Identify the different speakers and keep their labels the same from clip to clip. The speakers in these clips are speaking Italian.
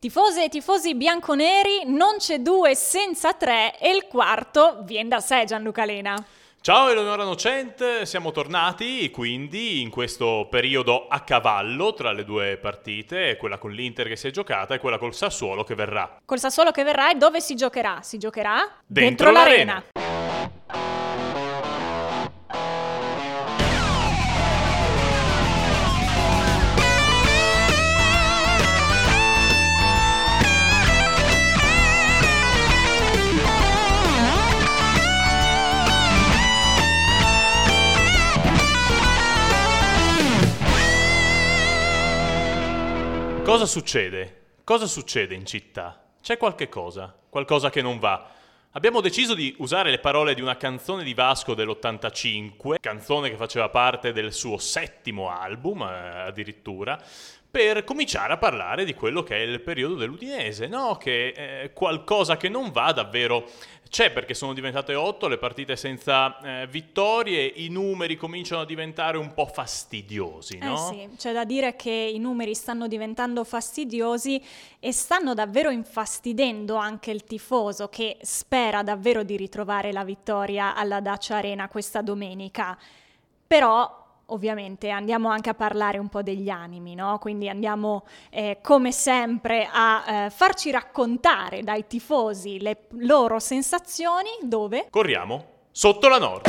Speaker 1: Tifose e tifosi bianconeri, non c'è 2 senza 3 e il quarto viene da sé, Gianluca Lena.
Speaker 2: Ciao Eleonora Nocent, siamo tornati quindi in questo periodo a cavallo tra le due partite, quella con l'Inter che si è giocata e quella col Sassuolo che verrà.
Speaker 1: Col Sassuolo che verrà, e dove si giocherà? Si giocherà
Speaker 2: dentro l'arena. Cosa succede? Cosa succede in città? C'è qualcosa che non va. Abbiamo deciso di usare le parole di una canzone di Vasco dell'85, canzone che faceva parte del suo 7° album, addirittura, per cominciare a parlare di quello che è il periodo dell'Udinese, no? Che qualcosa che non va davvero c'è, perché sono diventate 8 le partite senza vittorie, i numeri cominciano a diventare un po' fastidiosi, no?
Speaker 1: Sì, c'è da dire che i numeri stanno diventando fastidiosi e stanno davvero infastidendo anche il tifoso che spera davvero di ritrovare la vittoria alla Dacia Arena questa domenica. Però ovviamente andiamo anche a parlare un po' degli animi, no? Quindi andiamo come sempre a farci raccontare dai tifosi le loro sensazioni. Dove?
Speaker 2: Corriamo sotto la Nord.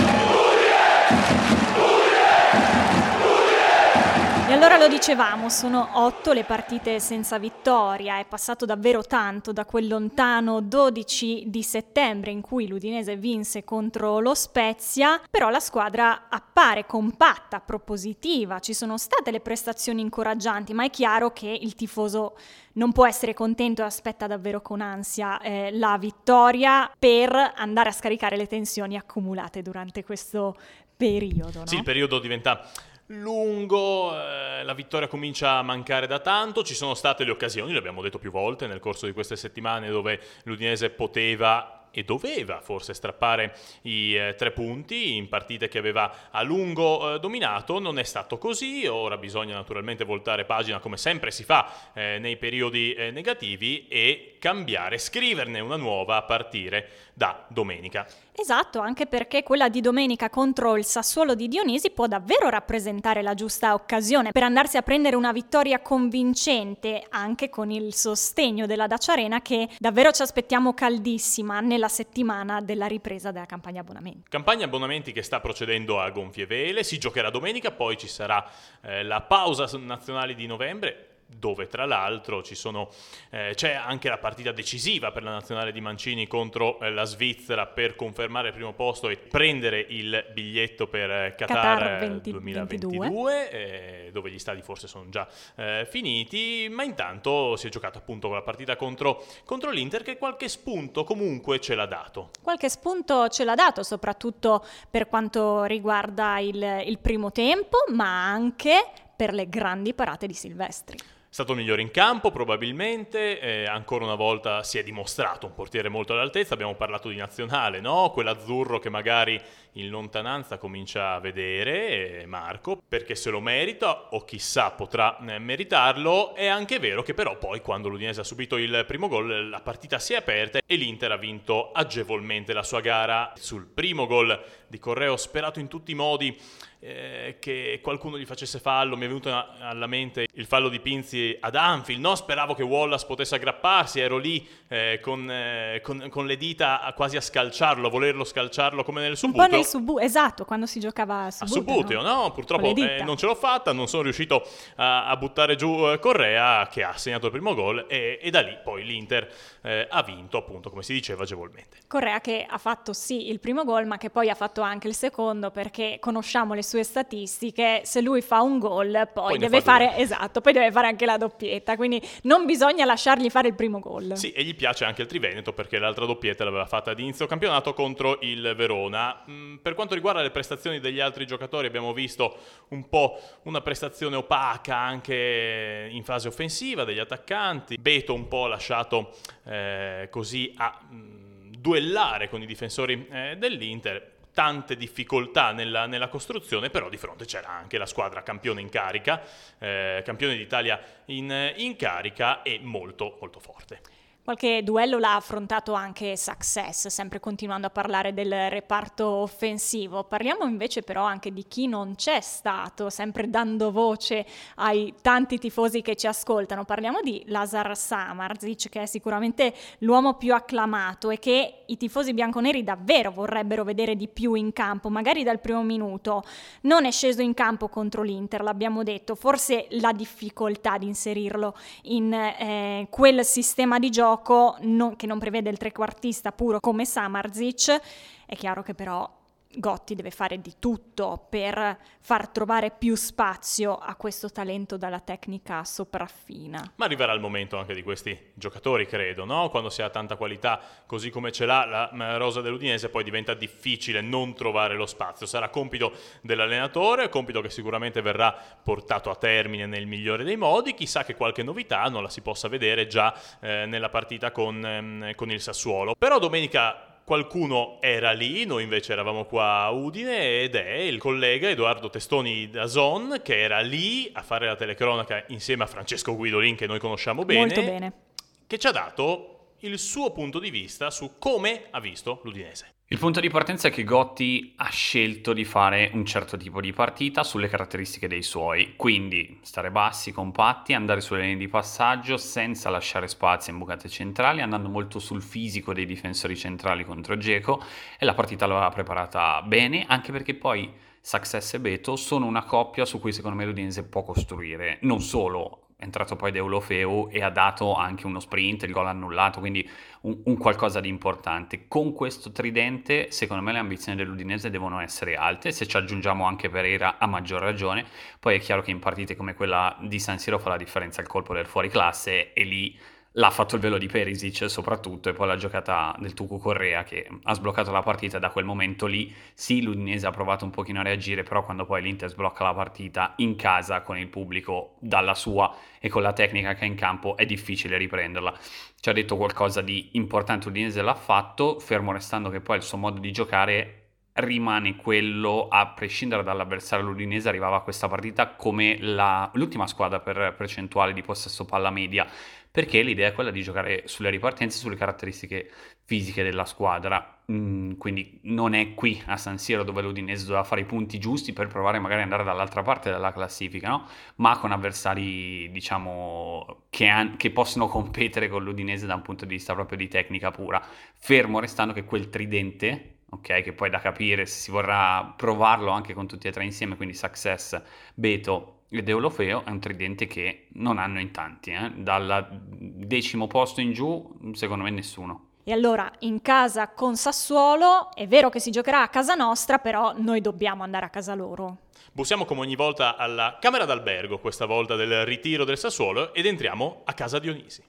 Speaker 1: E allora lo dicevamo, sono 8 le partite senza vittoria, è passato davvero tanto da quel lontano 12 di settembre in cui l'Udinese vinse contro lo Spezia, però la squadra appare compatta, propositiva, ci sono state le prestazioni incoraggianti, ma è chiaro che il tifoso non può essere contento e aspetta davvero con ansia la vittoria per andare a scaricare le tensioni accumulate durante questo periodo, no?
Speaker 2: Sì, il periodo diventa lungo, la vittoria comincia a mancare da tanto, ci sono state le occasioni, l'abbiamo detto più volte nel corso di queste settimane, dove l'Udinese poteva e doveva forse strappare i 3 punti in partite che aveva a lungo dominato. Non è stato così, ora bisogna naturalmente voltare pagina come sempre si fa nei periodi negativi e cambiare, scriverne una nuova a partire da domenica.
Speaker 1: Esatto, anche perché quella di domenica contro il Sassuolo di Dionisi può davvero rappresentare la giusta occasione per andarsi a prendere una vittoria convincente, anche con il sostegno della Dacia Arena che davvero ci aspettiamo caldissima nella settimana della ripresa della campagna abbonamenti.
Speaker 2: Campagna abbonamenti che sta procedendo a gonfie vele, si giocherà domenica, poi ci sarà la pausa nazionale di novembre, dove tra l'altro c'è anche la partita decisiva per la nazionale di Mancini contro la Svizzera per confermare il primo posto e prendere il biglietto per Qatar 2022, dove gli stadi forse sono già finiti, ma intanto si è giocato appunto con la partita contro l'Inter, che qualche spunto comunque ce l'ha dato.
Speaker 1: Qualche spunto ce l'ha dato, soprattutto per quanto riguarda il primo tempo, ma anche per le grandi parate di Silvestri.
Speaker 2: È stato il migliore in campo probabilmente, ancora una volta si è dimostrato un portiere molto all'altezza. Abbiamo parlato di nazionale, no? Quell'azzurro che magari in lontananza comincia a vedere Marco, perché se lo merita o chissà potrà meritarlo. È anche vero che però poi quando l'Udinese ha subito il primo gol la partita si è aperta e l'Inter ha vinto agevolmente la sua gara. Sul primo gol di Correa ho sperato in tutti i modi che qualcuno gli facesse fallo. Mi è venuto alla mente il fallo di Pinzi ad Anfield, no? Speravo che Wallace potesse aggrapparsi, ero lì con le dita quasi a scalciarlo, a volerlo scalciarlo come nel Subbuteo.
Speaker 1: Un po' nel esatto, quando si giocava a
Speaker 2: Subbuteo, no? Purtroppo non ce l'ho fatta, non sono riuscito a buttare giù Correa, che ha segnato il primo gol e da lì poi l'Inter ha vinto, appunto, come si diceva, agevolmente.
Speaker 1: Correa che ha fatto sì il primo gol, ma che poi ha fatto anche il secondo, perché conosciamo le sue statistiche, se lui fa un gol poi deve fare anche la doppietta, quindi non bisogna lasciargli fare il primo gol.
Speaker 2: Sì, e gli piace anche il Triveneto, perché l'altra doppietta l'aveva fatta ad inizio campionato contro il Verona. Per quanto riguarda le prestazioni degli altri giocatori, abbiamo visto un po' una prestazione opaca anche in fase offensiva degli attaccanti. Beto un po' lasciato così a duellare con i difensori dell'Inter. tante difficoltà nella costruzione, però di fronte c'era anche la squadra campione in carica, campione d'Italia in carica e molto molto forte.
Speaker 1: Qualche duello l'ha affrontato anche Success, sempre continuando a parlare del reparto offensivo. Parliamo invece però anche di chi non c'è stato, sempre dando voce ai tanti tifosi che ci ascoltano. Parliamo di Lazar Samardžić, che è sicuramente l'uomo più acclamato e che i tifosi bianconeri davvero vorrebbero vedere di più in campo, magari dal primo minuto. Non è sceso in campo contro l'Inter, l'abbiamo detto, forse la difficoltà di inserirlo in quel sistema di gioco che non prevede il trequartista puro come Samardžić. È chiaro che però Gotti deve fare di tutto per far trovare più spazio a questo talento dalla tecnica sopraffina.
Speaker 2: Ma arriverà il momento anche di questi giocatori, credo, no? Quando si ha tanta qualità, così come ce l'ha la rosa dell'Udinese, poi diventa difficile non trovare lo spazio. Sarà compito dell'allenatore, compito che sicuramente verrà portato a termine nel migliore dei modi. Chissà che qualche novità non la si possa vedere già nella partita con il Sassuolo. Però domenica qualcuno era lì, noi invece eravamo qua a Udine, ed è il collega Edoardo Testoni DAZN, che era lì a fare la telecronaca insieme a Francesco Guidolin, che noi conosciamo bene,
Speaker 1: molto bene,
Speaker 2: che ci ha dato il suo punto di vista su come ha visto l'Udinese.
Speaker 3: Il punto di partenza è che Gotti ha scelto di fare un certo tipo di partita sulle caratteristiche dei suoi, quindi stare bassi, compatti, andare sulle linee di passaggio senza lasciare spazio in bucate centrali, andando molto sul fisico dei difensori centrali contro Dzeko, e la partita l'aveva preparata bene, anche perché poi Success e Beto sono una coppia su cui secondo me l'Udinese può costruire. Non solo, è entrato poi Deulofeu e ha dato anche uno sprint, il gol annullato, quindi un qualcosa di importante. Con questo tridente, secondo me le ambizioni dell'Udinese devono essere alte, se ci aggiungiamo anche Pereira a maggior ragione. Poi è chiaro che in partite come quella di San Siro fa la differenza il colpo del fuoriclasse, e lì l'ha fatto il velo di Perisic soprattutto, e poi la giocata del Tucu Correa che ha sbloccato la partita. Da quel momento lì sì, l'Udinese ha provato un pochino a reagire, però quando poi l'Inter sblocca la partita in casa con il pubblico dalla sua e con la tecnica che ha in campo è difficile riprenderla. Ci ha detto qualcosa di importante, l'Udinese l'ha fatto, fermo restando che poi il suo modo di giocare rimane quello, a prescindere dall'avversario. L'Udinese arrivava a questa partita come l'ultima squadra per percentuale di possesso palla media, perché l'idea è quella di giocare sulle ripartenze, sulle caratteristiche fisiche della squadra. Quindi non è qui a San Siro dove l'Udinese doveva fare i punti giusti per provare magari ad andare dall'altra parte della classifica, no? Ma con avversari, diciamo, che possono competere con l'Udinese da un punto di vista proprio di tecnica pura, fermo restando che quel tridente, ok, che poi è da capire se si vorrà provarlo anche con tutti e tre insieme, quindi Success, Beto e Deulofeu, è un tridente che non hanno in tanti, dal 10° posto in giù secondo me nessuno.
Speaker 1: E allora in casa con Sassuolo è vero che si giocherà a casa nostra, però noi dobbiamo andare a casa loro.
Speaker 2: Bussiamo come ogni volta alla camera d'albergo, questa volta del ritiro del Sassuolo, ed entriamo a casa Dionisi.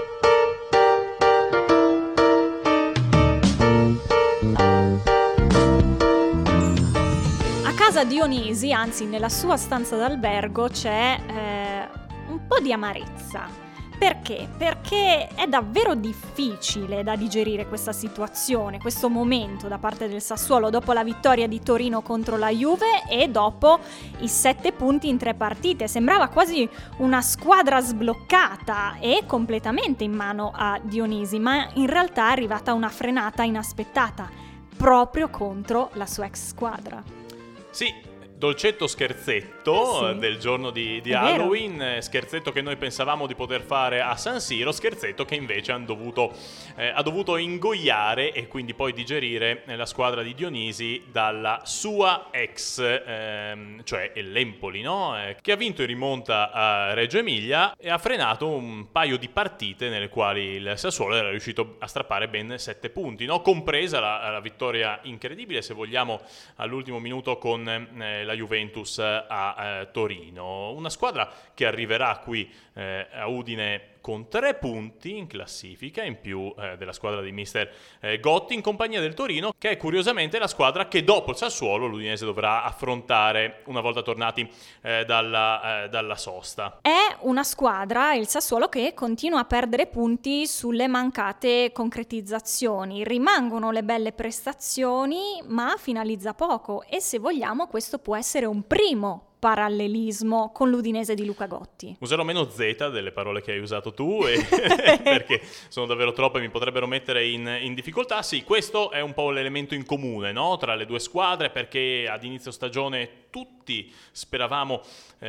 Speaker 1: A casa Dionisi, anzi nella sua stanza d'albergo, c'è un po' di amarezza. Perché? Perché è davvero difficile da digerire questa situazione, questo momento da parte del Sassuolo dopo la vittoria di Torino contro la Juve e dopo i 7 punti in 3 partite. Sembrava quasi una squadra sbloccata e completamente in mano a Dionisi, ma in realtà è arrivata una frenata inaspettata proprio contro la sua ex squadra.
Speaker 2: Sì, dolcetto scherzetto
Speaker 1: sì,
Speaker 2: del giorno di Halloween, scherzetto che noi pensavamo di poter fare a San Siro, scherzetto che invece ha dovuto ingoiare e quindi poi digerire la squadra di Dionisi dalla sua ex, cioè l'Empoli, no? Che ha vinto in rimonta a Reggio Emilia e ha frenato un paio di partite nelle quali il Sassuolo era riuscito a strappare ben 7 punti, no? Compresa la vittoria incredibile, se vogliamo, all'ultimo minuto con la Juventus a Torino. Una squadra che arriverà qui a Udine con 3 punti in classifica, in più della squadra di mister Gotti, in compagnia del Torino, che è curiosamente la squadra che dopo il Sassuolo l'Udinese dovrà affrontare una volta tornati dalla sosta.
Speaker 1: È una squadra, il Sassuolo, che continua a perdere punti sulle mancate concretizzazioni. Rimangono le belle prestazioni, ma finalizza poco, e se vogliamo questo può essere un primo parallelismo con l'Udinese di Luca Gotti.
Speaker 2: Userò meno Z delle parole che hai usato tu perché sono davvero troppe e mi potrebbero mettere in difficoltà. Sì, questo è un po' l'elemento in comune, no? Tra le due squadre, perché ad inizio stagione tutti speravamo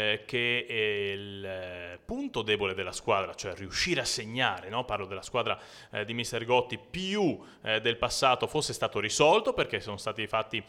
Speaker 2: che il punto debole della squadra, cioè riuscire a segnare, no? Parlo della squadra di mister Gotti più del passato, fosse stato risolto, perché sono stati fatti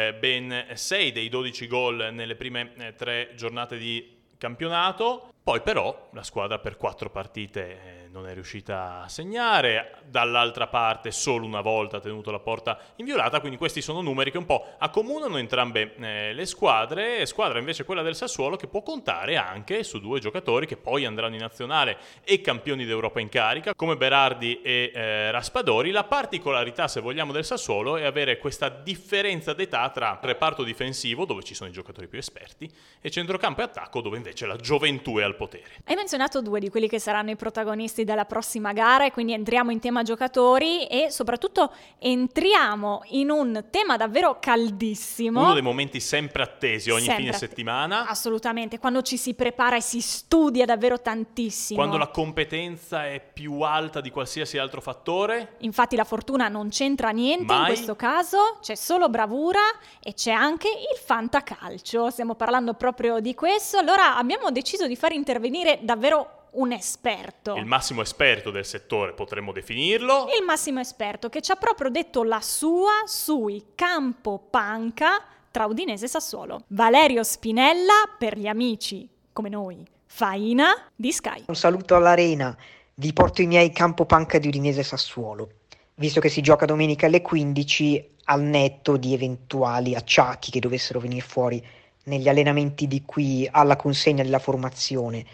Speaker 2: ben 6 dei 12 gol nelle prime 3 giornate di campionato. Poi però la squadra per 4 partite non è riuscita a segnare, dall'altra parte solo una volta ha tenuto la porta inviolata, quindi questi sono numeri che un po' accomunano entrambe le squadra invece quella del Sassuolo, che può contare anche su 2 giocatori che poi andranno in nazionale e campioni d'Europa in carica, come Berardi e Raspadori. La particolarità, se vogliamo, del Sassuolo è avere questa differenza d'età tra reparto difensivo, dove ci sono i giocatori più esperti, e centrocampo e attacco, dove invece la gioventù è al potere.
Speaker 1: Hai menzionato 2 di quelli che saranno i protagonisti della prossima gara, e quindi entriamo in tema giocatori e soprattutto entriamo in un tema davvero caldissimo.
Speaker 2: Uno dei momenti sempre attesi ogni fine settimana.
Speaker 1: Assolutamente, quando ci si prepara e si studia davvero tantissimo.
Speaker 2: Quando la competenza è più alta di qualsiasi altro fattore.
Speaker 1: Infatti la fortuna non c'entra niente in questo caso, c'è solo bravura e c'è anche il fantacalcio. Stiamo parlando proprio di questo. Allora abbiamo deciso di far intervenire davvero un esperto.
Speaker 2: Il massimo esperto del settore, potremmo definirlo.
Speaker 1: Il massimo esperto, che ci ha proprio detto la sua sui campo panca tra Udinese e Sassuolo. Valerio Spinella, per gli amici come noi, Faina di Sky.
Speaker 4: Un saluto all'Arena, vi porto i miei campo panca di Udinese e Sassuolo, visto che si gioca domenica alle 15, al netto di eventuali acciacchi che dovessero venire fuori negli allenamenti di qui alla consegna della formazione.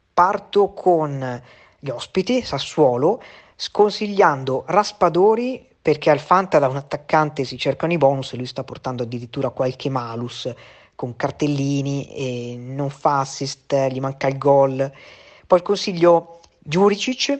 Speaker 4: Parto con gli ospiti, Sassuolo, sconsigliando Raspadori, perché al Fanta da un attaccante si cercano i bonus e lui sta portando addirittura qualche malus con cartellini e non fa assist, gli manca il gol. Poi consiglio Juricic,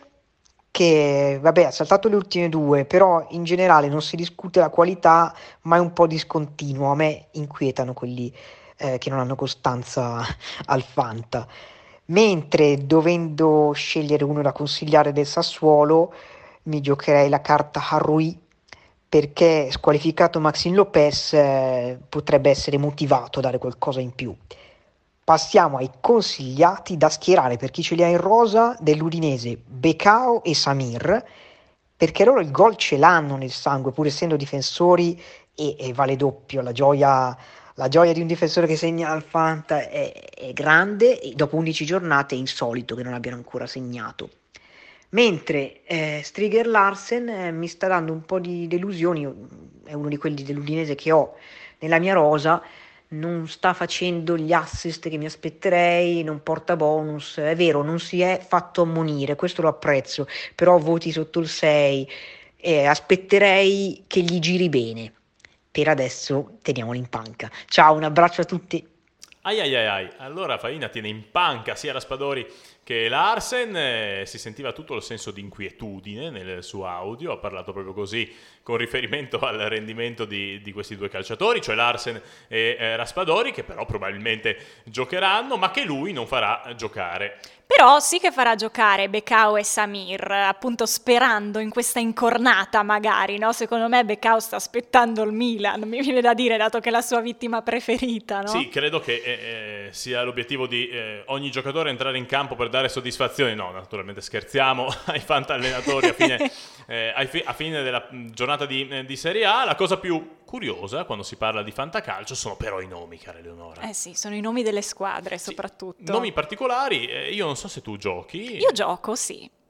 Speaker 4: che vabbè ha saltato le ultime 2, però in generale non si discute la qualità, ma è un po' discontinuo. A me inquietano quelli che non hanno costanza al Fanta. Mentre, dovendo scegliere uno da consigliare del Sassuolo, mi giocherei la carta Harui, perché squalificato Maxime Lopez potrebbe essere motivato a dare qualcosa in più. Passiamo ai consigliati da schierare per chi ce li ha in rosa dell'Udinese: Becao e Samir, perché loro il gol ce l'hanno nel sangue, pur essendo difensori, e vale doppio. La gioia di un difensore che segna al Fanta è grande, e dopo 11 giornate è insolito che non abbiano ancora segnato. Mentre Striger Larsen mi sta dando un po' di delusioni, è uno di quelli dell'Udinese che ho nella mia rosa, non sta facendo gli assist che mi aspetterei, non porta bonus, è vero, non si è fatto ammonire, questo lo apprezzo, però voti sotto il 6, aspetterei che gli giri bene. Per adesso teniamolo in panca. Ciao, un abbraccio a tutti.
Speaker 2: Ai. Allora Faina tiene in panca sia Raspadori che Larsen. Si sentiva tutto il senso di inquietudine nel suo audio, ha parlato proprio così con riferimento al rendimento di questi 2 calciatori, cioè Larsen e Raspadori, che però probabilmente giocheranno, ma che lui non farà giocare.
Speaker 1: Però sì che farà giocare Becao e Samir, appunto sperando in questa incornata magari, no? Secondo me Becao sta aspettando il Milan, mi viene da dire, dato che è la sua vittima preferita, no?
Speaker 2: Sì, credo che sia l'obiettivo di ogni giocatore entrare in campo per dare soddisfazione. No, naturalmente scherziamo ai fantallenatori a fine della giornata di Serie A. La cosa più curiosa quando si parla di fantacalcio sono però i nomi, cara Eleonora.
Speaker 1: Sì, sono i nomi delle squadre soprattutto.
Speaker 2: Nomi particolari, io non so se tu giochi.
Speaker 1: Io gioco, sì.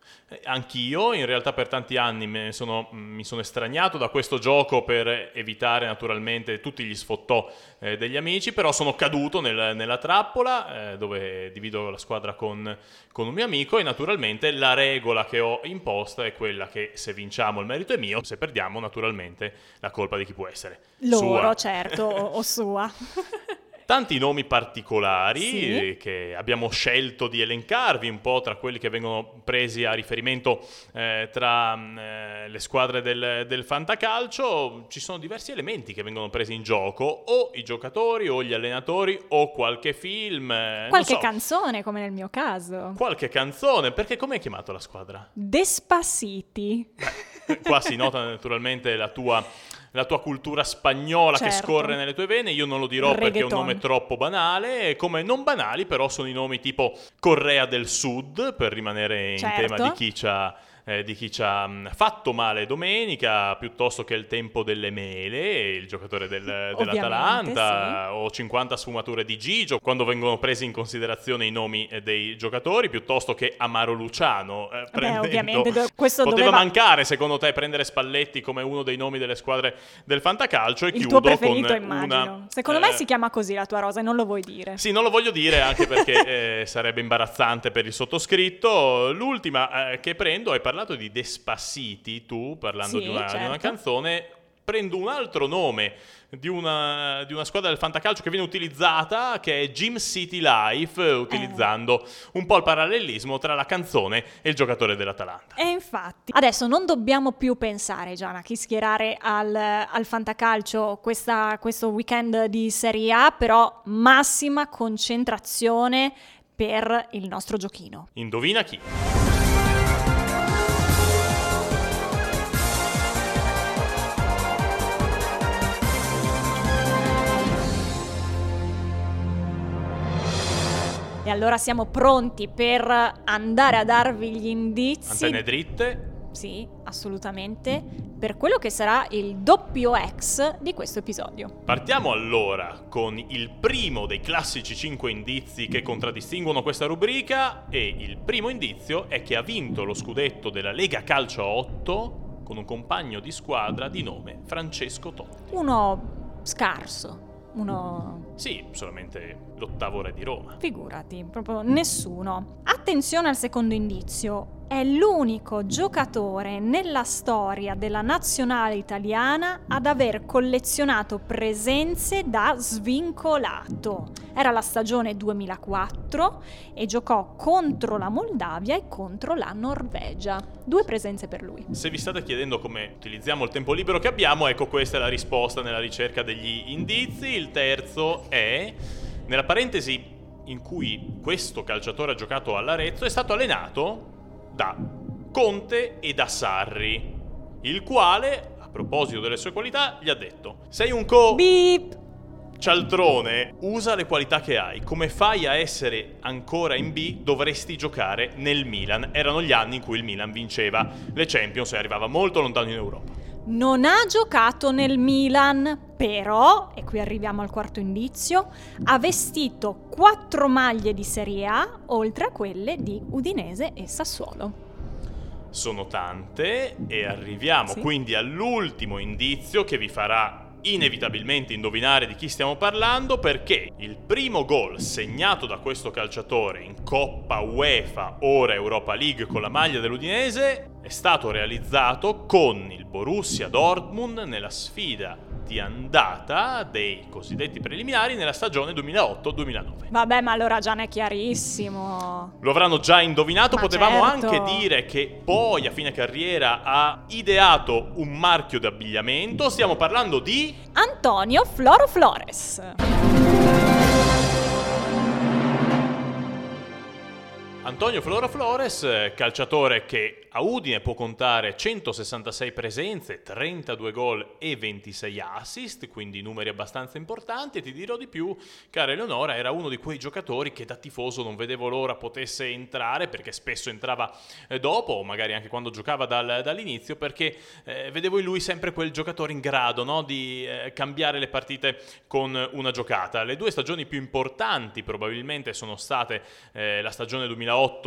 Speaker 2: Anch'io, in realtà per tanti anni mi sono estraniato da questo gioco per evitare naturalmente tutti gli sfottò degli amici, però sono caduto nella trappola dove divido la squadra con un mio amico, e naturalmente la regola che ho imposta è quella che se vinciamo il merito è mio, se perdiamo naturalmente la colpa di chi può essere?
Speaker 1: Loro,
Speaker 2: sua.
Speaker 1: certo, o sua.
Speaker 2: Tanti nomi particolari
Speaker 1: Sì.
Speaker 2: che abbiamo scelto di elencarvi, un po' tra quelli che vengono presi a riferimento tra le squadre del fantacalcio. Ci sono diversi elementi che vengono presi in gioco, o i giocatori o gli allenatori o qualche film.
Speaker 1: Qualche canzone, come nel mio caso.
Speaker 2: Qualche canzone, perché come hai chiamato la squadra?
Speaker 1: Despaciti.
Speaker 2: Qua si nota naturalmente la tua cultura spagnola,
Speaker 1: certo,
Speaker 2: che scorre nelle tue vene. Io non lo dirò perché è un nome troppo banale. Come non banali però sono i nomi tipo Corea del Sud, per rimanere in tema di chi ci ha fatto male domenica, piuttosto che il tempo delle mele, il giocatore dell'Atalanta, sì, o 50 sfumature di Gigio, quando vengono presi in considerazione i nomi dei giocatori, piuttosto che Amaro Luciano.
Speaker 1: Ovviamente questo
Speaker 2: poteva mancare, secondo te, prendere Spalletti come uno dei nomi delle squadre del fantacalcio. E
Speaker 1: il
Speaker 2: chiudo
Speaker 1: tuo preferito,
Speaker 2: con
Speaker 1: immagino. Secondo me si chiama così la tua rosa, e non lo vuoi dire.
Speaker 2: Sì, non lo voglio dire, anche perché sarebbe imbarazzante per il sottoscritto. L'ultima che prendo, hai parlato di Despaciti, tu parlando
Speaker 1: sì,
Speaker 2: di una
Speaker 1: certo,
Speaker 2: canzone. Prendo un altro nome di una squadra del fantacalcio che viene utilizzata, che è Gym City Life, utilizzando un po' il parallelismo tra la canzone e il giocatore dell'Atalanta.
Speaker 1: E infatti adesso non dobbiamo più pensare, Gian, a chi schierare al fantacalcio questo weekend di Serie A, però massima concentrazione per il nostro giochino.
Speaker 2: Indovina chi?
Speaker 1: E allora siamo pronti per andare a darvi gli indizi.
Speaker 2: Antenne dritte?
Speaker 1: Sì, assolutamente. Per quello che sarà il doppio X di questo episodio.
Speaker 2: Partiamo allora con il primo dei classici 5 indizi che contraddistinguono questa rubrica, e il primo indizio è che ha vinto lo scudetto della Lega Calcio 8 con un compagno di squadra di nome Francesco Totti.
Speaker 1: Uno scarso.
Speaker 2: Sì, solamente l'ottavo re di Roma.
Speaker 1: Figurati, proprio nessuno. Attenzione al secondo indizio. È l'unico giocatore nella storia della nazionale italiana ad aver collezionato presenze da svincolato. Era la stagione 2004 e giocò contro la Moldavia e contro la Norvegia. 2 presenze per lui.
Speaker 2: Se vi state chiedendo come utilizziamo il tempo libero che abbiamo, ecco, questa è la risposta nella ricerca degli indizi. Il terzo è, nella parentesi in cui questo calciatore ha giocato all'Arezzo, è stato allenato da Conte e da Sarri, il quale, a proposito delle sue qualità, gli ha detto: sei un
Speaker 1: Beep!
Speaker 2: cialtrone, usa le qualità che hai. Come fai a essere ancora in B? Dovresti giocare nel Milan. Erano gli anni in cui il Milan vinceva le Champions e arrivava molto lontano in Europa.
Speaker 1: Non ha giocato nel Milan, però, e qui arriviamo al quarto indizio, ha vestito 4 maglie di Serie A, oltre a quelle di Udinese e Sassuolo.
Speaker 2: Sono tante, e arriviamo quindi all'ultimo indizio che vi farà inevitabilmente indovinare di chi stiamo parlando, perché il primo gol segnato da questo calciatore in Coppa UEFA, ora Europa League, con la maglia dell'Udinese è stato realizzato con il Borussia Dortmund nella sfida di andata dei cosiddetti preliminari nella stagione 2008-2009.
Speaker 1: Vabbè, ma allora già ne è chiarissimo.
Speaker 2: Lo avranno già indovinato.
Speaker 1: Ma
Speaker 2: potevamo
Speaker 1: certo
Speaker 2: anche dire che poi a fine carriera ha ideato un marchio d'abbigliamento. Stiamo parlando di
Speaker 1: Antonio Floro Flores.
Speaker 2: Antonio Floro Flores, calciatore che a Udine può contare 166 presenze, 32 gol e 26 assist, quindi numeri abbastanza importanti. E ti dirò di più, cara Eleonora, era uno di quei giocatori che da tifoso non vedevo l'ora potesse entrare, perché spesso entrava dopo, o magari anche quando giocava dall'inizio, perché vedevo in lui sempre quel giocatore in grado, no, di cambiare le partite con una giocata. Le 2 stagioni più importanti probabilmente sono state la stagione 2008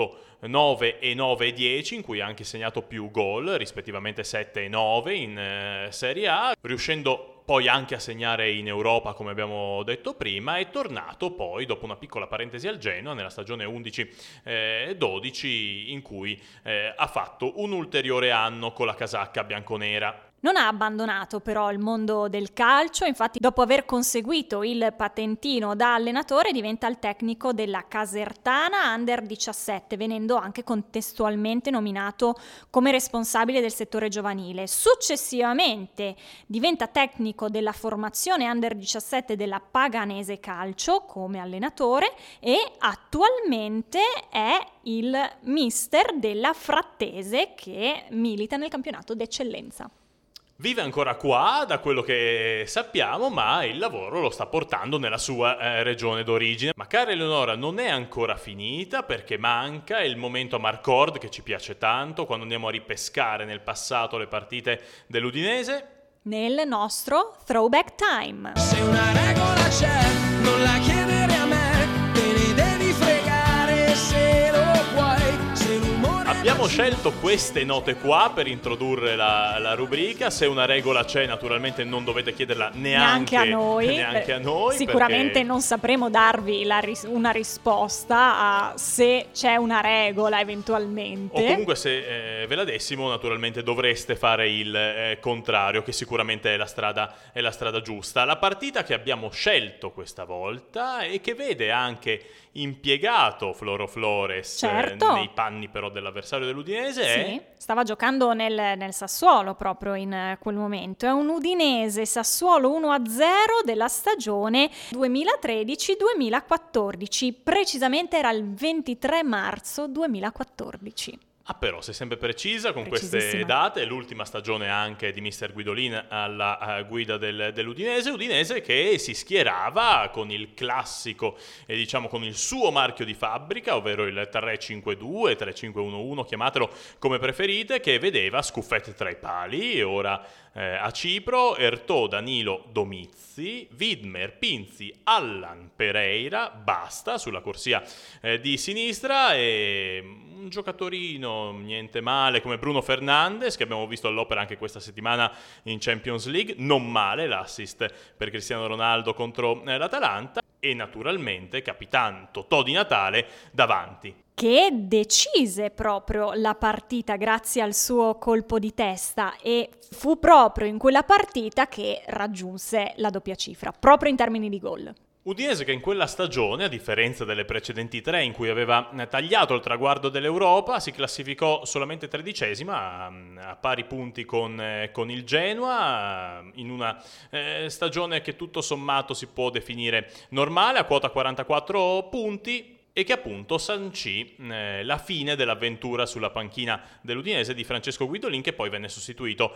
Speaker 2: 9 e 9 e 10, in cui ha anche segnato più gol, rispettivamente 7 e 9 in Serie A, riuscendo poi anche a segnare in Europa, come abbiamo detto prima. È tornato poi, dopo una piccola parentesi al Genoa, nella stagione 11-12, in cui ha fatto un ulteriore anno con la casacca bianconera.
Speaker 1: Non ha abbandonato però il mondo del calcio, infatti dopo aver conseguito il patentino da allenatore diventa il tecnico della Casertana Under 17, venendo anche contestualmente nominato come responsabile del settore giovanile. Successivamente diventa tecnico della formazione Under 17 della Paganese Calcio come allenatore e attualmente è il mister della Frattese che milita nel campionato d'eccellenza.
Speaker 2: Vive ancora qua, da quello che sappiamo, ma il lavoro lo sta portando nella sua regione d'origine. Ma cara Eleonora, non è ancora finita, perché manca il momento a Marcord che ci piace tanto, quando andiamo a ripescare nel passato le partite dell'Udinese.
Speaker 1: Nel nostro Throwback Time.
Speaker 5: Se una regola c'è, non la chiedere a me, te ne devi fregare se lo puoi. Se l'umore
Speaker 2: Abbiamo scelto queste note qua per introdurre la rubrica. Se una regola c'è, naturalmente non dovete chiederla neanche
Speaker 1: a noi. Sicuramente
Speaker 2: perché
Speaker 1: non sapremo darvi una risposta a se c'è una regola eventualmente.
Speaker 2: O comunque se ve la dessimo, naturalmente dovreste fare il contrario, che sicuramente è la strada giusta. La partita che abbiamo scelto questa volta e che vede anche impiegato Floro Flores,
Speaker 1: certo,
Speaker 2: nei panni però dell'avversario dell'Udinese,
Speaker 1: sì, stava giocando nel Sassuolo proprio in quel momento. È un Udinese Sassuolo 1-0 della stagione 2013-2014, precisamente era il 23 marzo 2014.
Speaker 2: Ah, però sei sempre precisa con queste date. È l'ultima stagione anche di mister Guidolin alla guida dell'Udinese. Udinese che si schierava con il classico e diciamo con il suo marchio di fabbrica, ovvero il 3-5-2, 3-5-1-1, chiamatelo come preferite, che vedeva Scuffet tra i pali, ora a Cipro, Ertò, Danilo, Domizzi, Widmer, Pinzi, Allan, Pereira, Basta sulla corsia di sinistra e un giocatorino niente male come Bruno Fernandes, che abbiamo visto all'opera anche questa settimana in Champions League. Non male l'assist per Cristiano Ronaldo contro l'Atalanta, e naturalmente Capitan Totò Di Natale davanti,
Speaker 1: che decise proprio la partita grazie al suo colpo di testa, e fu proprio in quella partita che raggiunse la doppia cifra, proprio in termini di gol.
Speaker 2: Udinese che in quella stagione, a differenza delle precedenti tre in cui aveva tagliato il traguardo dell'Europa, si classificò solamente 13ª, a pari punti con il Genoa, in una stagione che tutto sommato si può definire normale, a quota 44 punti, e che appunto sancì la fine dell'avventura sulla panchina dell'Udinese di Francesco Guidolin, che poi venne sostituito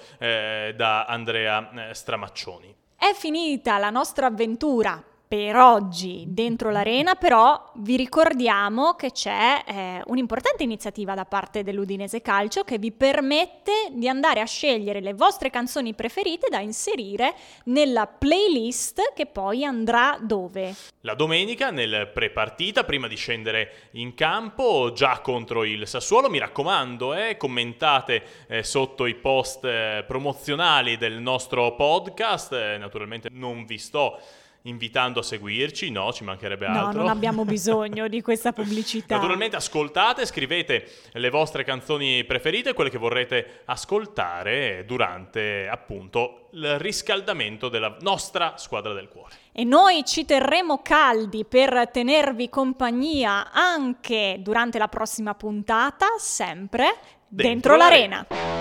Speaker 2: da Andrea Stramaccioni.
Speaker 1: È finita la nostra avventura per oggi dentro l'arena, però vi ricordiamo che c'è un'importante iniziativa da parte dell'Udinese Calcio che vi permette di andare a scegliere le vostre canzoni preferite da inserire nella playlist, che poi andrà dove?
Speaker 2: La domenica nel pre-partita, prima di scendere in campo già contro il Sassuolo. Mi raccomando, commentate sotto i post promozionali del nostro podcast. Naturalmente non vi sto invitando a seguirci, no, ci mancherebbe altro.
Speaker 1: No, non abbiamo bisogno di questa pubblicità.
Speaker 2: Naturalmente ascoltate, scrivete le vostre canzoni preferite, quelle che vorrete ascoltare durante appunto il riscaldamento della nostra squadra del cuore.
Speaker 1: E noi ci terremo caldi per tenervi compagnia anche durante la prossima puntata, sempre dentro l'arena.